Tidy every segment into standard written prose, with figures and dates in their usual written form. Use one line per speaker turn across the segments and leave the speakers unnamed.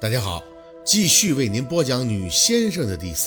大家好，继续为您播讲女先生的第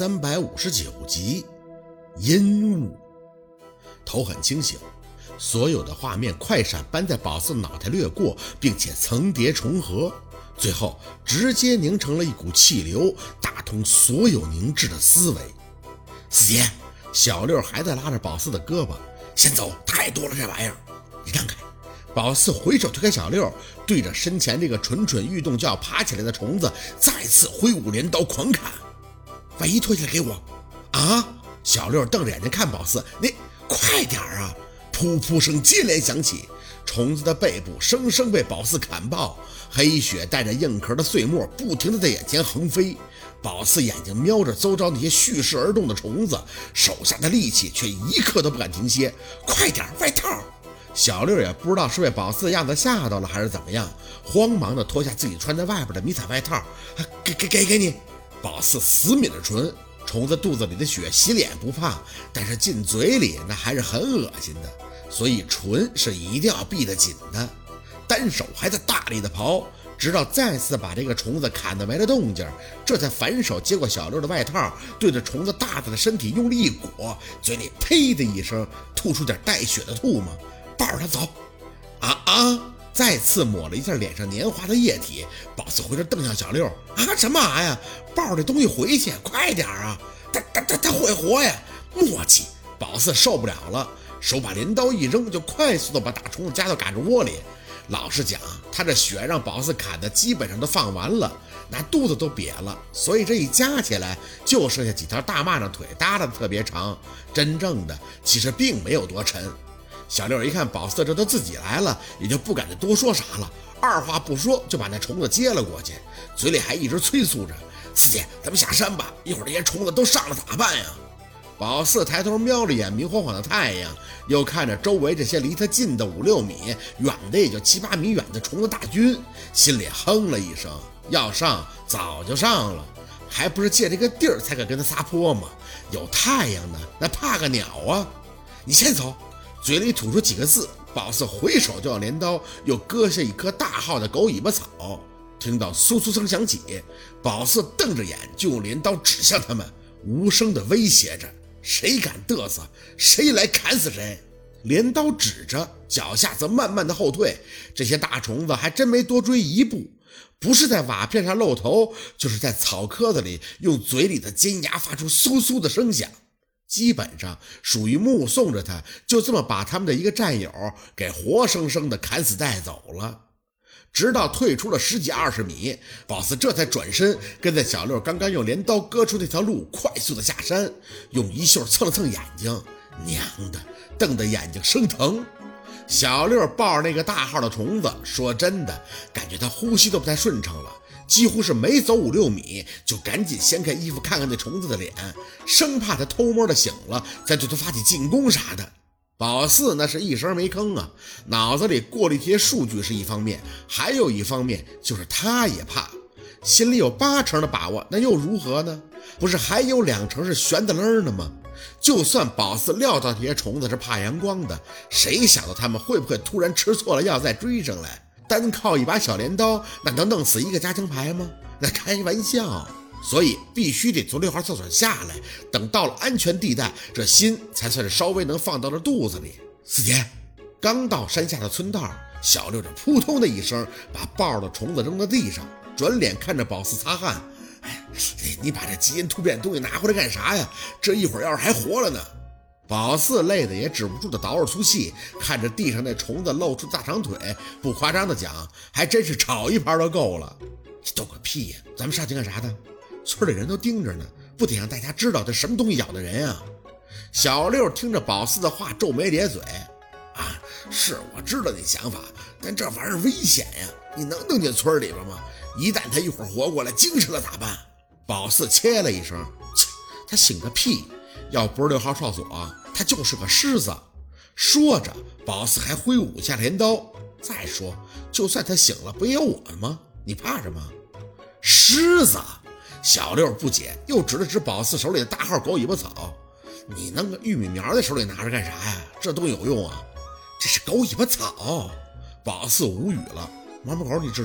359集阴雾。头很清醒，所有的画面快闪般在宝四脑袋掠过，并且层叠重合，最后直接凝成了一股气流，打通所有凝滞的思维。四姐，小六还在拉着宝四的胳膊，先走，太多了这玩意儿，你让开。宝四回手推开小六，对着身前这个蠢蠢欲动就要爬起来的虫子再次挥舞镰刀狂砍。外衣脱下来给我啊！小六瞪着眼睛看宝四，你快点啊！噗噗声接连响起，虫子的背部生生被宝四砍爆，黑血带着硬壳的碎末不停地在眼前横飞。宝四眼睛瞄着周遭那些蓄势而动的虫子，手下的力气却一刻都不敢停歇。快点，外套！小六也不知道是被宝四的样子吓到了还是怎么样，慌忙地脱下自己穿在外边的迷彩外套，给你。宝四死抿着唇，虫子肚子里的血洗脸不怕，但是进嘴里那还是很恶心的，所以唇是一定要闭得紧的，单手还在大力的刨，直到再次把这个虫子砍得没了动静，这才反手接过小六的外套，对着虫子大大的身体用力一裹，嘴里呸的一声吐出点带血的唾沫，抱着他走。再次抹了一下脸上黏滑的液体，宝四回头瞪向小六，什么呀？抱着这东西回去，快点啊！他会活呀！磨叽！宝四受不了了，手把镰刀一扔，就快速的把大虫子夹到嘎吱窝里。老实讲，他这血让宝四砍的基本上都放完了，那肚子都瘪了，所以这一夹起来就剩下几条大蚂蚱腿耷拉的特别长，真正的其实并没有多沉。小六一看宝四这都自己来了，也就不敢再多说啥了，二话不说就把那虫子接了过去，嘴里还一直催促着：“四姐，咱们下山吧，一会儿这些虫子都上了咋办呀？”宝四抬头瞄了眼明晃晃的太阳，又看着周围这些离他近的5、6米，远的也就7、8米远的虫子大军，心里哼了一声，要上早就上了，还不是借这个地儿才敢跟他撒泼吗？有太阳呢，那怕个鸟啊！你先走。嘴里吐出几个字，宝四回手就要镰刀，又割下一棵大号的狗尾巴草。听到簌簌声响起，宝四瞪着眼就用镰刀指向他们，无声地威胁着：“谁敢嘚瑟，谁来砍死谁！”镰刀指着，脚下则慢慢的后退。这些大虫子还真没多追一步，不是在瓦片上露头，就是在草棵子里用嘴里的尖牙发出簌簌的声响。基本上属于目送着他就这么把他们的一个战友给活生生的砍死带走了。直到退出了10几20米，宝四这才转身跟在小六刚刚用镰刀割出那条路快速的下山，用衣袖蹭了蹭眼睛，娘的，瞪得眼睛生疼。小六抱着那个大号的虫子，说真的感觉他呼吸都不太顺畅了，几乎是没走5、6米就赶紧掀开衣服看看那虫子的脸，生怕他偷摸的醒了再对他发起进攻啥的。宝四那是一声没吭啊，脑子里过滤这些数据是一方面，还有一方面就是他也怕，心里有8成的把握，那又如何呢？不是还有2成是悬的愣的吗？就算宝四料到这些虫子是怕阳光的，谁想到他们会不会突然吃错了药再追上来？单靠一把小镰刀，那能弄死一个加强排吗？那开玩笑。所以必须得从6号厕所下来，等到了安全地带，这心才算是稍微能放到了肚子里。四姐，刚到山下的村道，小六这扑通的一声把抱的虫子扔到地上，转脸看着宝四擦汗：“你把这基因突变的东西拿回来干啥呀？这一会儿要是还活了呢？”宝四累得也止不住的倒着粗气，看着地上那虫子露出大长腿，不夸张的讲，还真是炒一盘都够了。这逗个屁呀！咱们上去干啥的？村里人都盯着呢，不得让大家知道这什么东西咬的人啊！小六听着宝四的话，皱眉咧嘴：“是我知道你想法，但这玩意儿危险呀！你能弄进村里边吗？一旦他一会儿活过来精神了咋办？”宝四切了一声：“切，他醒个屁！要不是6号哨所，他就是个狮子。”说着，宝四还挥舞下镰刀。再说，就算他醒了，不也有我吗？你怕什么？狮子！小六不解，又指了指宝四手里的大号狗尾巴草：“你弄个玉米苗在手里拿着干啥呀？这东西有用啊？”“这是狗尾巴草。”宝四无语了：“毛毛狗你知道吧？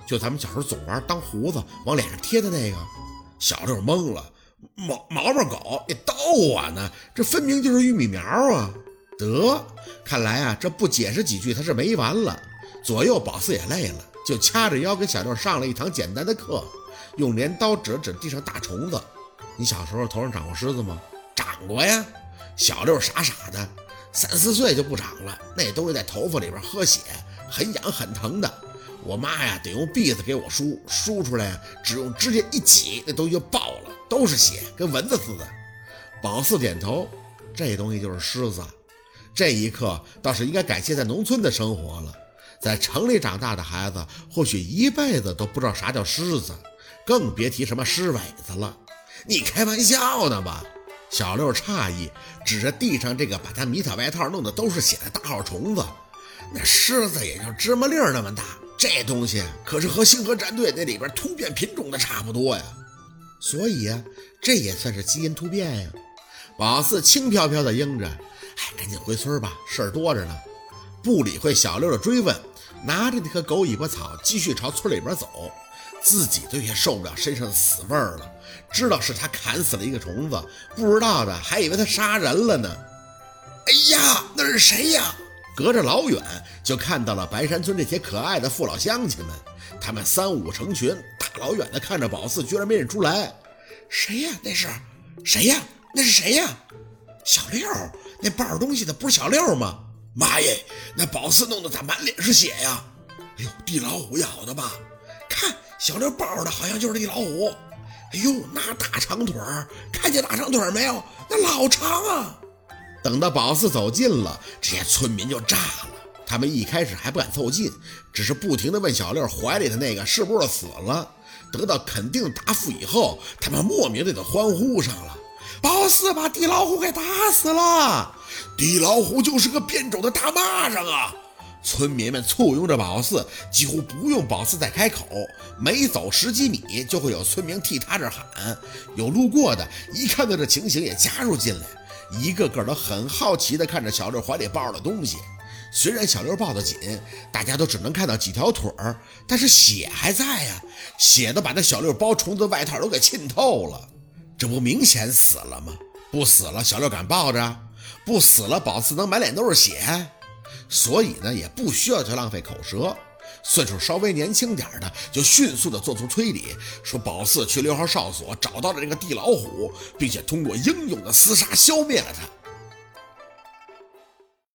就咱们小时候总玩当胡子往脸上贴的那个。小六懵了，毛狗，你逗我呢？这分明就是玉米苗啊！得，看来啊，这不解释几句他是没完了。左右宝四也累了，就掐着腰给小六上了一堂简单的课，用镰刀指了指地上大虫子。你小时候头上长过虱子吗？长过呀。小六傻傻的，3、4岁就不长了，那东西在头发里边喝血，很痒很疼的。我妈呀，得用篦子给我梳出来呀，只用指甲一挤，那东西就爆了，都是血，跟蚊子似的。宝四点头，这东西就是虱子。这一刻倒是应该感谢在农村的生活了，在城里长大的孩子或许一辈子都不知道啥叫虱子，更别提什么虱尾子了。你开玩笑呢吧？小六诧异，指着地上这个把他迷彩外套弄得都是血的大号虫子。那虱子也就芝麻粒儿那么大，这东西可是和星河战队那里边突变品种的差不多呀。所以啊，这也算是基因突变呀。宝四轻飘飘的应着，赶紧回村吧，事儿多着呢。不理会小六的追问，拿着那颗狗尾巴草继续朝村里边走。自己都也受不了身上的死味儿了，知道是他砍死了一个虫子，不知道的还以为他杀人了呢。哎呀，那是谁呀？隔着老远就看到了白山村这些可爱的父老乡亲们，他们3、5成群，大老远的看着宝四，居然没认出来。谁呀？那是谁呀？那是谁呀？小六，那抱着东西的不是小六吗？妈耶，那宝四弄得他满脸是血呀！哎呦，地老虎咬的吧？看小六抱着的好像就是地老虎。哎呦，那大长腿儿，看见大长腿没有？那老长啊！等到宝四走近了，这些村民就炸了。他们一开始还不敢凑近，只是不停地问小六怀里的那个是不是死了。得到肯定的答复以后，他们莫名的就欢呼上了。宝四把地老虎给打死了，地老虎就是个变种的大蚂蚱啊！村民们簇拥着宝四，几乎不用宝四再开口，每走10几米就会有村民替他这喊。有路过的一看到这情形也加入进来，一个个都很好奇地看着小六怀里抱着的东西。虽然小六抱得紧，大家都只能看到几条腿儿，但是血还在呀，血都把那小六包虫子外套都给浸透了。这不明显死了吗？不死了小六敢抱着？不死了宝四能满脸都是血？所以呢，也不需要去浪费口舌。岁数稍微年轻点的就迅速的做出推理，说宝四去6号哨所找到了这个地老虎，并且通过英勇的厮杀消灭了他。